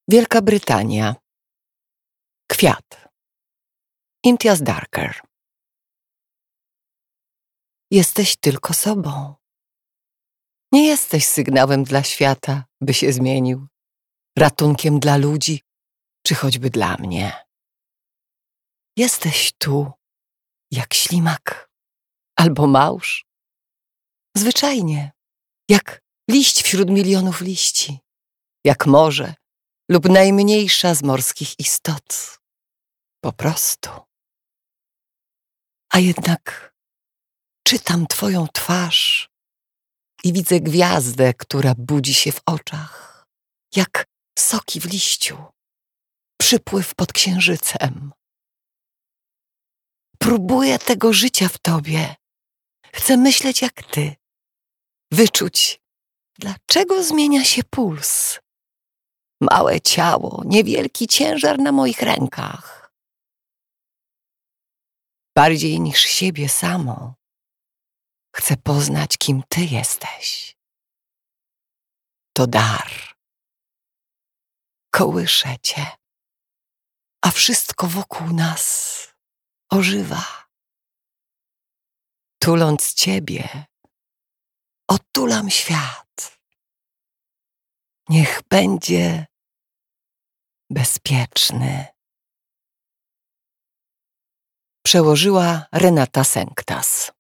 Wielka Brytania. Kwiat. Imtiaz Darker. Jesteś tylko sobą. Nie jesteś sygnałem dla świata, by się zmienił, ratunkiem dla ludzi, czy choćby dla mnie. Jesteś tu, jak ślimak albo małż. Zwyczajnie, jak liść wśród milionów liści, jak morze lub najmniejsza z morskich istot. Po prostu. A jednak czytam twoją twarz i widzę gwiazdę, która budzi się w oczach, jak soki w liściu, przypływ pod księżycem. Próbuję tego życia w tobie. Chcę myśleć jak ty, wyczuć, dlaczego zmienia się puls. Małe ciało, niewielki ciężar na moich rękach. Bardziej niż siebie samą. Chcę poznać, kim ty jesteś. To dar. Kołyszę cię, a wszystko wokół nas ożywa. Tuląc ciebie, otulam świat. Niech będzie bezpieczny. Przełożyła Renata Senktas.